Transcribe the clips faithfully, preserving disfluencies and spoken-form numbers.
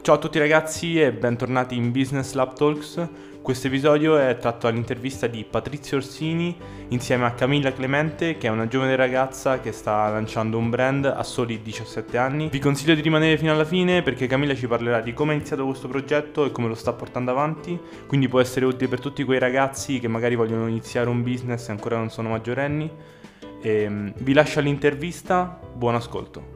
Ciao a tutti ragazzi e bentornati in Business Lab Talks. Questo episodio è tratto dall'intervista di Patrizio Orsini insieme a Camilla Clemente, che è una giovane ragazza che sta lanciando un brand a soli diciassette anni. Vi consiglio di rimanere fino alla fine perché Camilla ci parlerà di come ha iniziato questo progetto e come lo sta portando avanti, quindi può essere utile per tutti quei ragazzi che magari vogliono iniziare un business e ancora non sono maggiorenni. E, vi lascio all'intervista, buon ascolto.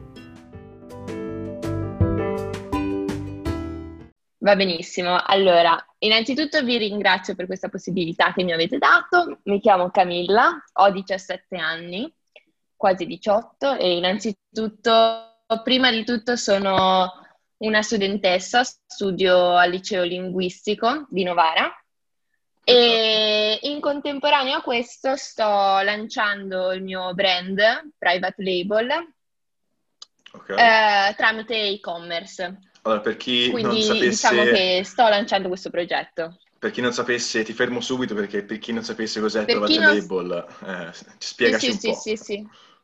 Va benissimo, allora, innanzitutto vi ringrazio per questa possibilità che mi avete dato. Mi chiamo Camilla, ho diciassette anni, quasi diciotto, e innanzitutto, prima di tutto sono una studentessa, studio al liceo linguistico di Novara e in contemporanea a questo sto lanciando il mio brand, Private Label, Ok. eh, tramite e-commerce. Allora, per chi non Quindi diciamo sapesse, che sto lanciando questo progetto. per chi non sapesse, ti fermo subito perché per chi non sapesse cos'è il Per chi Private non... Label, eh, Sì, spiegaci sì, un sì, po'. sì, sì,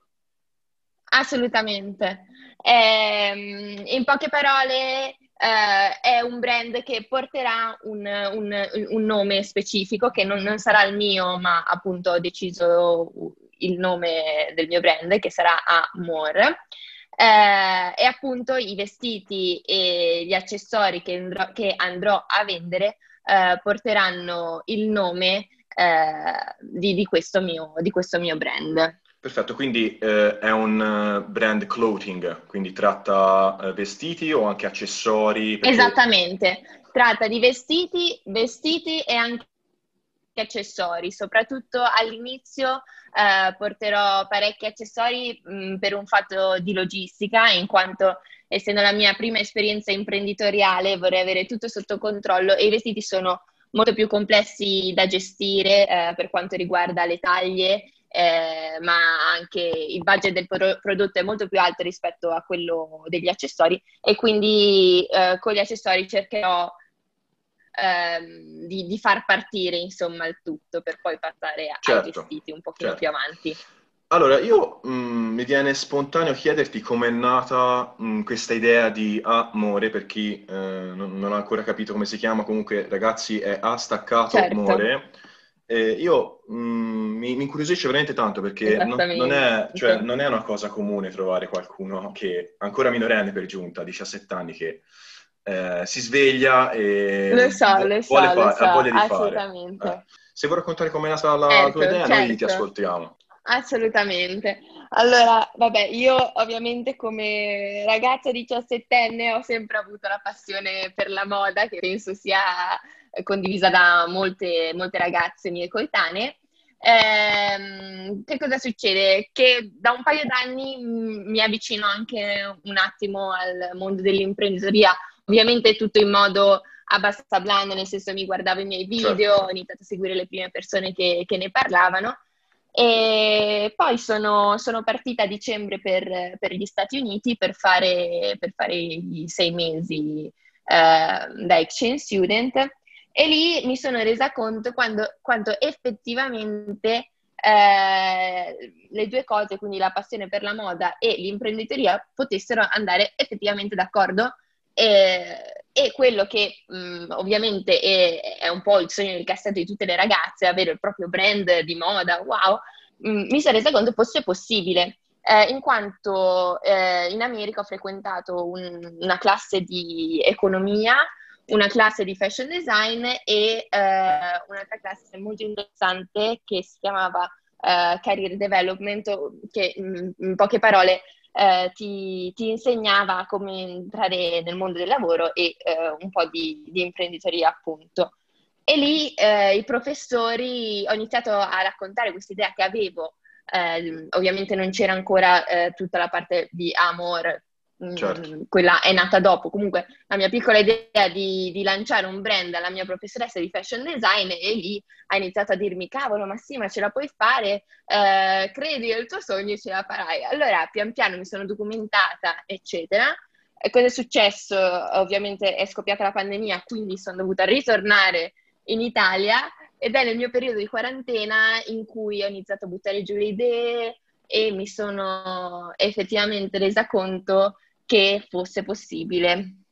assolutamente. Ehm, in poche parole, eh, è un brand che porterà un, un- un nome specifico, che non, non sarà il mio, ma appunto ho deciso il nome del mio brand, che sarà Amore. Eh, e appunto i vestiti e gli accessori che andrò, che andrò a vendere eh, porteranno il nome eh, di, di questo mio, di questo mio brand. Perfetto, quindi eh, è un eh, brand clothing, quindi tratta eh, vestiti o anche accessori, perché... Esattamente, tratta di vestiti, vestiti e anche accessori, soprattutto all'inizio eh, porterò parecchi accessori mh, per un fatto di logistica, in quanto essendo la mia prima esperienza imprenditoriale vorrei avere tutto sotto controllo e i vestiti sono molto più complessi da gestire eh, per quanto riguarda le taglie, eh, ma anche il budget del pro- prodotto è molto più alto rispetto a quello degli accessori e quindi eh, con gli accessori cercherò ehm, di, di far partire insomma il tutto per poi passare ai Certo, vestiti un pochino più certo. avanti. Allora, io mh, mi viene spontaneo chiederti com'è nata mh, questa idea di Amore, per chi eh, non, non ha ancora capito come si chiama, comunque ragazzi è A staccato Certo, More. E io mh, mi, mi incuriosisce veramente tanto perché non, non è, cioè, esattamente. non è una cosa comune trovare qualcuno che, ancora minorenne per giunta, diciassette anni, che eh, si sveglia e Lo so, vu- lo vuole so, lo fare, so, ha voglia di fare. Eh, assolutamente. Se vuoi raccontare com'è nata la tua Certo, idea, noi ti certo. ascoltiamo. Assolutamente. Allora, vabbè, io ovviamente come ragazza diciassettenne ho sempre avuto la passione per la moda, che penso sia eh, condivisa da molte, molte ragazze mie coetanee. Ehm, che cosa succede? Che da un paio d'anni mh, mi avvicino anche un attimo al mondo dell'imprenditoria, ovviamente tutto in modo abbastanza blando, nel senso mi guardavo i miei Certo, video, ho iniziato a seguire le prime persone che, che ne parlavano e poi sono, sono partita a dicembre per, per gli Stati Uniti per fare, per fare i sei mesi eh, da exchange student e lì mi sono resa conto quando, quanto effettivamente eh, le due cose, quindi la passione per la moda e l'imprenditoria, potessero andare effettivamente d'accordo. E, e quello che mh, ovviamente è, è un po' il sogno del cassetto di tutte le ragazze, avere il proprio brand di moda, wow, mh, mi sono resa conto fosse possibile. Eh, in quanto eh, in America ho frequentato un- una classe di economia, una classe di fashion design e eh, un'altra classe molto interessante che si chiamava eh, Career Development, che in, in poche parole eh, ti, ti insegnava come entrare nel mondo del lavoro e eh, un po' di, di imprenditoria, appunto. E lì eh, i professori, ho iniziato a raccontare questa idea che avevo, eh, ovviamente non c'era ancora eh, tutta la parte di Amor, certo. mh, quella è nata dopo, comunque la mia piccola idea di, di lanciare un brand alla mia professoressa di fashion design e lì ha iniziato a dirmi, cavolo, ma sì, ma ce la puoi fare, eh, credi al tuo sogno e ce la farai. Allora, pian piano mi sono documentata, eccetera. E cosa è successo? Ovviamente è scoppiata la pandemia, quindi sono dovuta ritornare in Italia ed è nel mio periodo di quarantena in cui ho iniziato a buttare giù le idee e mi sono effettivamente resa conto che fosse possibile.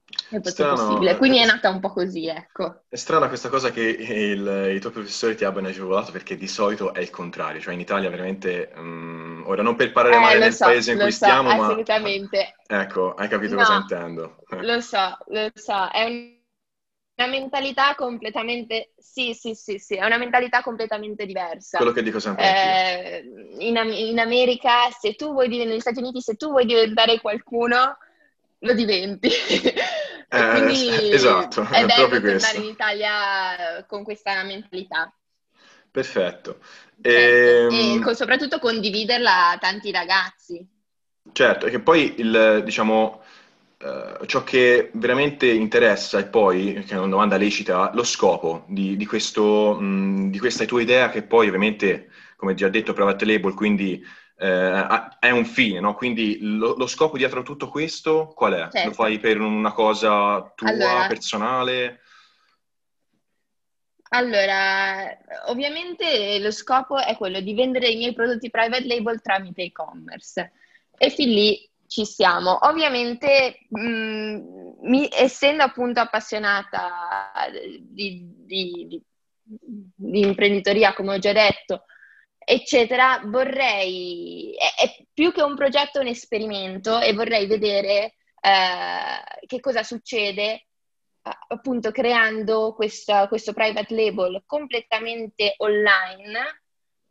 è fosse Strano, possibile. eh, Quindi è nata un po' così, ecco. è strana questa cosa che il- i tuoi professori ti abbiano agevolato perché di solito è il contrario, cioè in Italia veramente, mm, ora non per parlare Eh, male lo del so, paese in lo cui so, stiamo, ma assolutamente. ecco, hai capito cosa No, intendo. Eh, lo so, lo so, è un- una mentalità completamente, sì, sì, sì, sì, è una mentalità completamente diversa. quello che dico sempre anch'io. Eh, in, Am- in America, se tu vuoi diventare, negli Stati Uniti, se tu vuoi diventare qualcuno, lo diventi. E Eh, quindi esatto, è è proprio bello tornare questo. in Italia eh, con questa mentalità, Perfetto. certo, e Ehm, co- soprattutto condividerla a tanti ragazzi. Certo, e che poi il, diciamo, eh, ciò che veramente interessa, e poi, che è una domanda lecita, lo scopo di, di questo, mh, di questa tua idea, che poi ovviamente, come già detto, private label, quindi eh, ha- è un fine, no? Quindi lo, lo scopo dietro a tutto questo qual è? Lo Certo. fai per una cosa tua, Allora, personale? Allora, ovviamente lo scopo è quello di vendere i miei prodotti private label tramite e-commerce e fin lì ci siamo. Ovviamente, mh, mi- essendo appunto appassionata di, di- di- di imprenditoria, come ho già detto, eccetera, vorrei, è, è più che un progetto, un esperimento e vorrei vedere eh, che cosa succede appunto creando questa- questo private label completamente online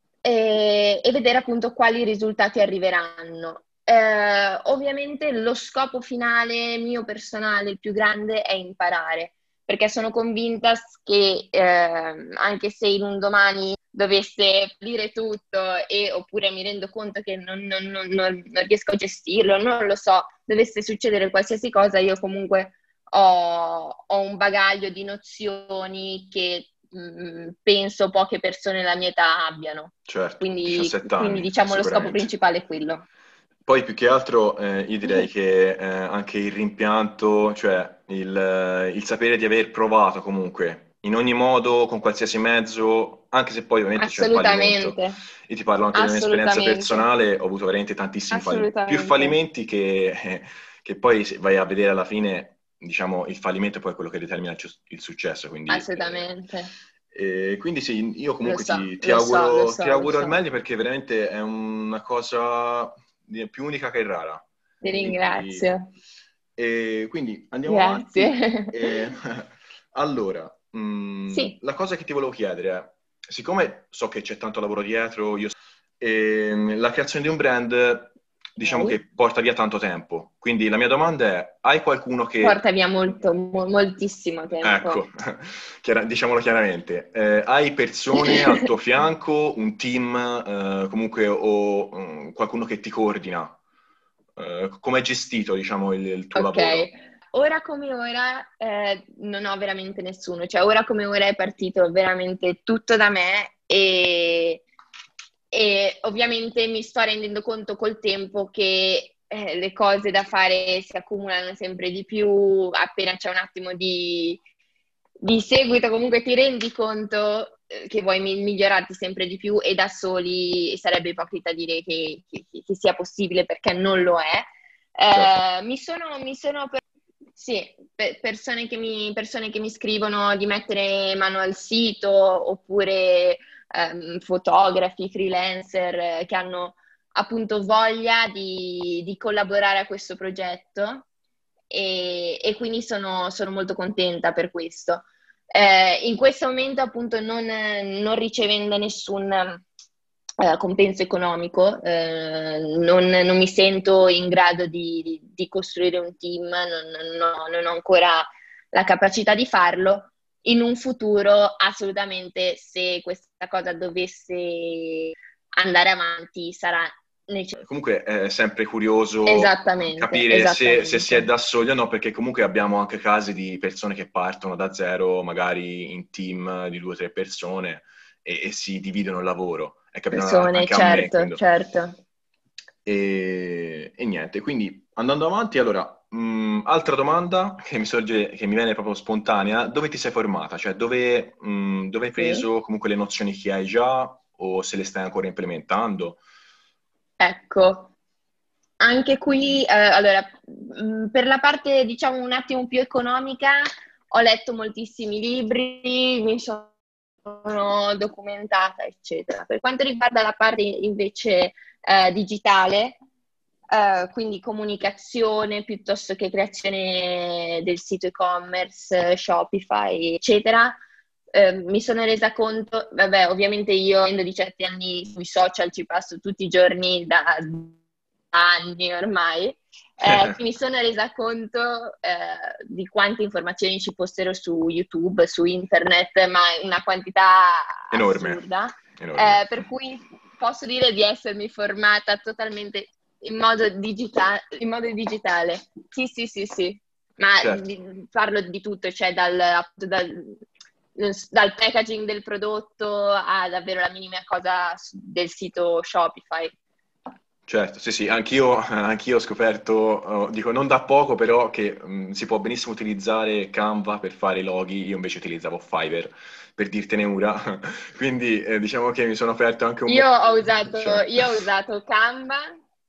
e, e vedere appunto quali risultati arriveranno. Eh, ovviamente lo scopo finale mio personale, il più grande, è imparare, perché sono convinta che eh, anche se in un domani dovesse dire tutto e oppure mi rendo conto che non, non- non- non- non riesco a gestirlo, non lo so, dovesse succedere qualsiasi cosa, io comunque ho, ho un bagaglio di nozioni che mh, penso poche persone della mia età abbiano. Certo, Quindi, diciassette quindi anni, diciamo lo scopo sicuramente. principale è quello. Poi più che altro eh, io direi che eh, anche il rimpianto, cioè il, eh, il sapere di aver provato comunque, in ogni modo, con qualsiasi mezzo, anche se poi ovviamente c'è il fallimento. Assolutamente, Io ti parlo anche di un'esperienza assolutamente, personale, ho avuto veramente tantissimi fallimenti, più assolutamente, fallimenti che, eh, che poi se vai a vedere alla fine, diciamo, il fallimento è poi quello che determina il, cius- il successo, quindi... eh, assolutamente. e quindi sì, io Lo comunque so, ti, ti lo so, lo auguro, ti so, lo auguro il so. meglio perché veramente è una cosa di- più unica che rara. Ti Quindi, ringrazio. e quindi andiamo avanti. Grazie. E, allora, mh, Sì, la cosa che ti volevo chiedere è, siccome so che c'è tanto lavoro dietro, io ehm, la creazione di un brand, diciamo ok. che porta via tanto tempo. Quindi la mia domanda è, hai qualcuno che Porta via molto, mo- moltissimo ecco, tempo. chiara- diciamolo chiaramente, eh, hai persone al tuo fianco, un team, eh, comunque, o mm, qualcuno che ti coordina? Eh, come è gestito, diciamo, il, il tuo Ok, lavoro? ora come ora eh, non ho veramente nessuno, cioè ora come ora è partito veramente tutto da me e, e ovviamente mi sto rendendo conto col tempo che eh, le cose da fare si accumulano sempre di più, appena c'è un attimo di, di seguito comunque ti rendi conto eh, che vuoi mi- migliorarti sempre di più e da soli sarebbe ipocrita dire che, che- che sia possibile perché non lo è. Certo, Eh, mi sono, mi sono per- sì, pe- persone che mi, persone che mi scrivono di mettere mano al sito oppure ehm, fotografi, freelancer eh, che hanno appunto voglia di, di collaborare a questo progetto e, e quindi sono, sono molto contenta per questo. Eh, in questo momento appunto non, non ricevendo nessun eh, compenso economico, eh, non, non mi sento in grado di, di- di costruire un team, non, non ho, non ho ancora la capacità di farlo. In un futuro, assolutamente, se questa cosa dovesse andare avanti, sarà necessario. comunque è sempre curioso Esattamente, capire se, se si è esattamente. da soli o no, perché comunque abbiamo anche casi di persone che partono da zero, magari in team di due o tre persone e, e si dividono il lavoro. È capitato Persone, anche a me, certo, quindi. certo. E, e niente, quindi andando avanti, allora, mh, altra domanda che mi sorge, che mi viene proprio spontanea, dove ti sei formata? Cioè, dove, mh, dove hai Sì. preso comunque le nozioni che hai già o se le stai ancora implementando? Ecco, anche qui, eh, allora, mh, per la parte, diciamo, un attimo più economica, ho letto moltissimi libri, mi sono documentata, eccetera. Per quanto riguarda la parte invece eh, digitale, eh, quindi comunicazione piuttosto che creazione del sito e-commerce, Shopify, eccetera, eh, mi sono resa conto, vabbè, ovviamente io avendo diciassette anni sui social ci passo tutti i giorni da anni ormai, eh, mi sono resa conto eh, di quante informazioni ci fossero su YouTube, su internet, ma una quantità Enorme, assurda, enorme. eh, per cui posso dire di essermi formata totalmente in modo digitale, in modo digitale. Sì, sì, sì, sì, ma Certo. di- parlo di tutto, cioè dal, appunto, dal, dal packaging del prodotto a davvero la minima cosa su- del sito Shopify. Certo, sì, sì, anch'io, anch'io ho scoperto, eh, dico non da poco, però che mh, si può benissimo utilizzare Canva per fare i loghi, io invece utilizzavo Fiverr, per dirtene una, quindi eh, diciamo che mi sono aperto anche un Io mondo. ho usato, Cioè, io ho usato Canva,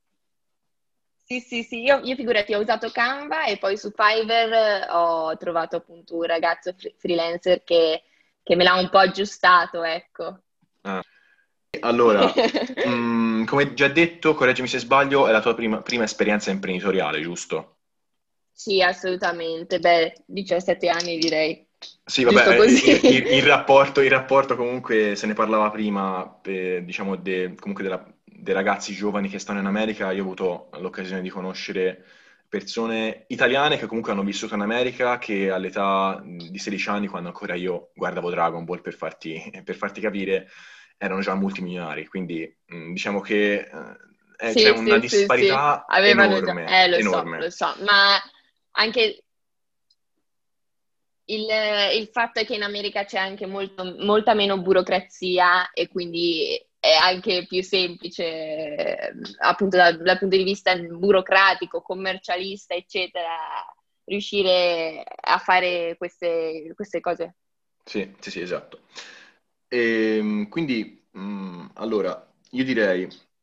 sì, sì, sì, io, io figurati, ho usato Canva e poi su Fiverr eh, ho trovato appunto un ragazzo fre- freelancer che, che me l'ha un po' aggiustato, ecco. ah. Allora, mh, come già detto, correggimi se sbaglio, è la tua prima, prima esperienza imprenditoriale, giusto? Sì, assolutamente. Beh, diciassette anni direi, Sì, giusto vabbè, così. il, il- il rapporto, il rapporto comunque se ne parlava prima, eh, diciamo, de- comunque della- dei ragazzi giovani che stanno in America. Io ho avuto l'occasione di conoscere persone italiane che comunque hanno vissuto in America, che all'età mh, di sedici anni, quando ancora io guardavo Dragon Ball per farti, per farti capire, erano già multimilionari. Quindi mh, diciamo che eh, eh, c'è Sì, una sì, sì, sì, disparità avevano già, enorme, eh, lo so, lo enorme. so, ma anche il, il fatto è che in America c'è anche molto, molta meno burocrazia e quindi è anche più semplice, eh, appunto dal, dal punto di vista burocratico, commercialista, eccetera, riuscire a fare queste, queste cose. Sì, sì, sì, esatto. Ehm, quindi, mh, allora, io direi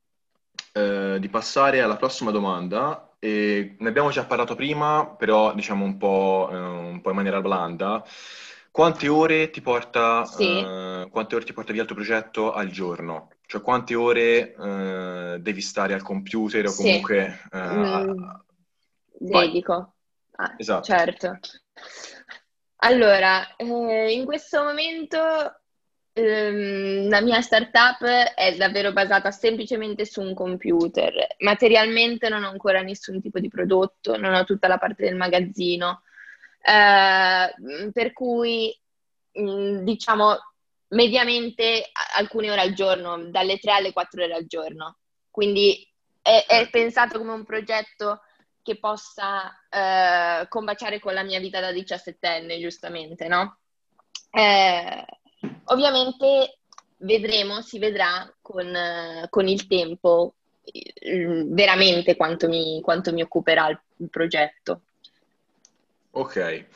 eh, di passare alla prossima domanda. E ne abbiamo già parlato prima, però diciamo un po', eh, un po' in maniera blanda. Quante ore ti Sì. porta, eh, quante ore ti porta via il tuo progetto al giorno? Cioè, quante ore eh, devi stare al computer o Sì, comunque... eh, mm, a- vai, dedico. Ah, esatto. certo. Allora, eh, in questo momento ehm, la mia startup è davvero basata semplicemente su un computer. Materialmente non ho ancora nessun tipo di prodotto, non ho tutta la parte del magazzino. Eh, per cui mh, diciamo mediamente a- alcune ore al giorno, dalle tre alle quattro ore al giorno. Quindi è, è Ok. pensato come un progetto che possa eh, combaciare con la mia vita da diciassettenne, giustamente, no? Eh, ovviamente vedremo, si vedrà con, eh, con il tempo eh, veramente quanto mi, quanto mi occuperà il, il progetto. Ok.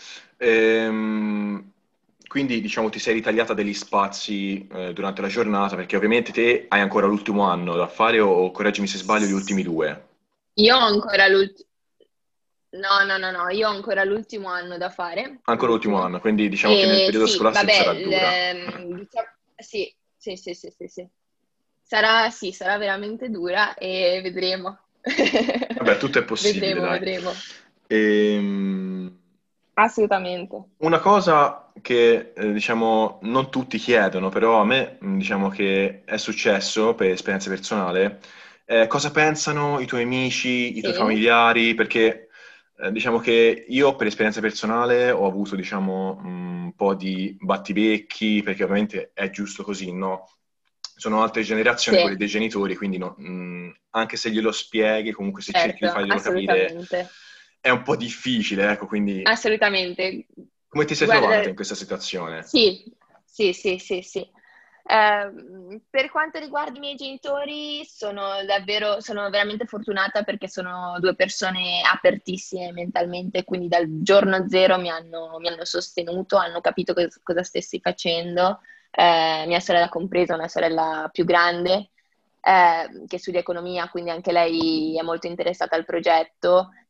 Ehm, quindi diciamo ti sei ritagliata degli spazi eh, durante la giornata perché ovviamente te hai ancora l'ultimo anno da fare o, o correggimi se sbaglio gli ultimi due. Io ho ancora l'ultimo... No, no, no, no, io ho ancora l'ultimo anno da fare, Ancora l'ultimo l'ultimo. anno, quindi diciamo che nel E periodo sì, scolastico vabbè, sarà dura. l- diciamo- sì, sì, sì, sì, sì, sì. Sarà, sì, sarà veramente dura e vedremo. Vabbè, tutto è possibile, Vedremo, dai. vedremo. Ehm, Assolutamente. Una cosa che, eh, diciamo, non tutti chiedono, però a me, mh, diciamo che è successo per esperienza personale, è cosa pensano i tuoi amici, i tuoi Sì, familiari, perché, eh, diciamo che io per esperienza personale ho avuto, diciamo, mh, un po' di battibecchi, perché ovviamente è giusto così, no? Sono altre generazioni, quelle sì, dei genitori, quindi no, mh, anche se glielo spieghi, comunque se cerchi certo, di farglielo capire, assolutamente. è un po' difficile, ecco, quindi Assolutamente. come ti sei Guarda, trovata in questa situazione? sì, sì, sì, sì, sì. Ehm, per quanto riguarda i miei genitori, sono davvero, sono veramente fortunata perché sono due persone apertissime mentalmente, quindi dal giorno zero mi hanno, mi hanno sostenuto, hanno capito cos- cosa stessi facendo. Eh, mia sorella compresa, una sorella più grande, eh, che studia economia, quindi anche lei è molto interessata al progetto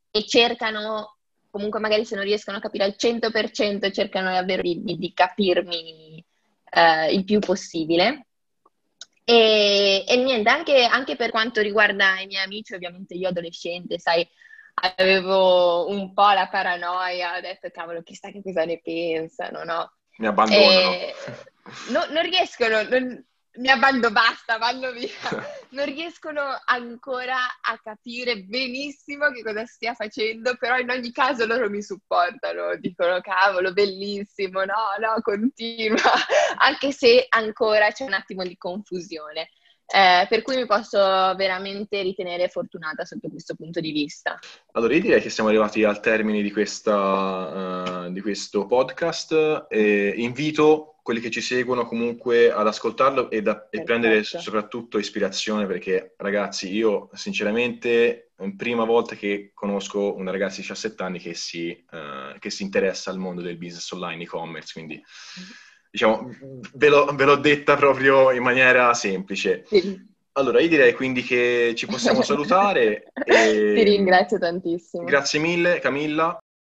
e cercano, comunque magari se non riescono a capire al cento per cento, cercano davvero di, di, di capirmi eh, il più possibile. E, e niente, anche, anche per quanto riguarda i miei amici, ovviamente io adolescente, sai, avevo un po' la paranoia, ho detto cavolo, chissà che cosa ne pensano, no? Mi abbandonano. E no, non riescono, non, mi abbando, basta, vanno via. Non riescono ancora a capire benissimo che cosa stia facendo, però in ogni caso loro mi supportano, dicono cavolo, bellissimo, no, no, continua, anche se ancora c'è un attimo di confusione. Eh, per cui mi posso veramente ritenere fortunata sotto questo punto di vista. Allora, io direi che siamo arrivati al termine di, questa, uh, di questo podcast e invito quelli che ci seguono comunque ad ascoltarlo e, da, e prendere soprattutto ispirazione, perché ragazzi, io sinceramente è la prima volta che conosco una ragazza di diciassette anni che si, uh, che si interessa al mondo del business online, e-commerce, quindi diciamo ve, lo, ve l'ho detta proprio in maniera semplice. Sì. Allora, io direi quindi che ci possiamo salutare. E... Ti ringrazio tantissimo. Grazie mille, Camilla.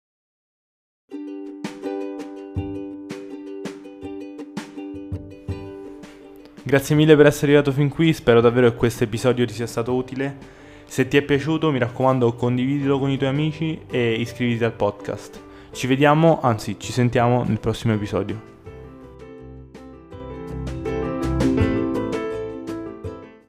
Grazie mille per essere arrivato fin qui, spero davvero che questo episodio ti sia stato utile. Se ti è piaciuto, mi raccomando, condividilo con i tuoi amici e iscriviti al podcast. Ci vediamo, anzi ci sentiamo nel prossimo episodio.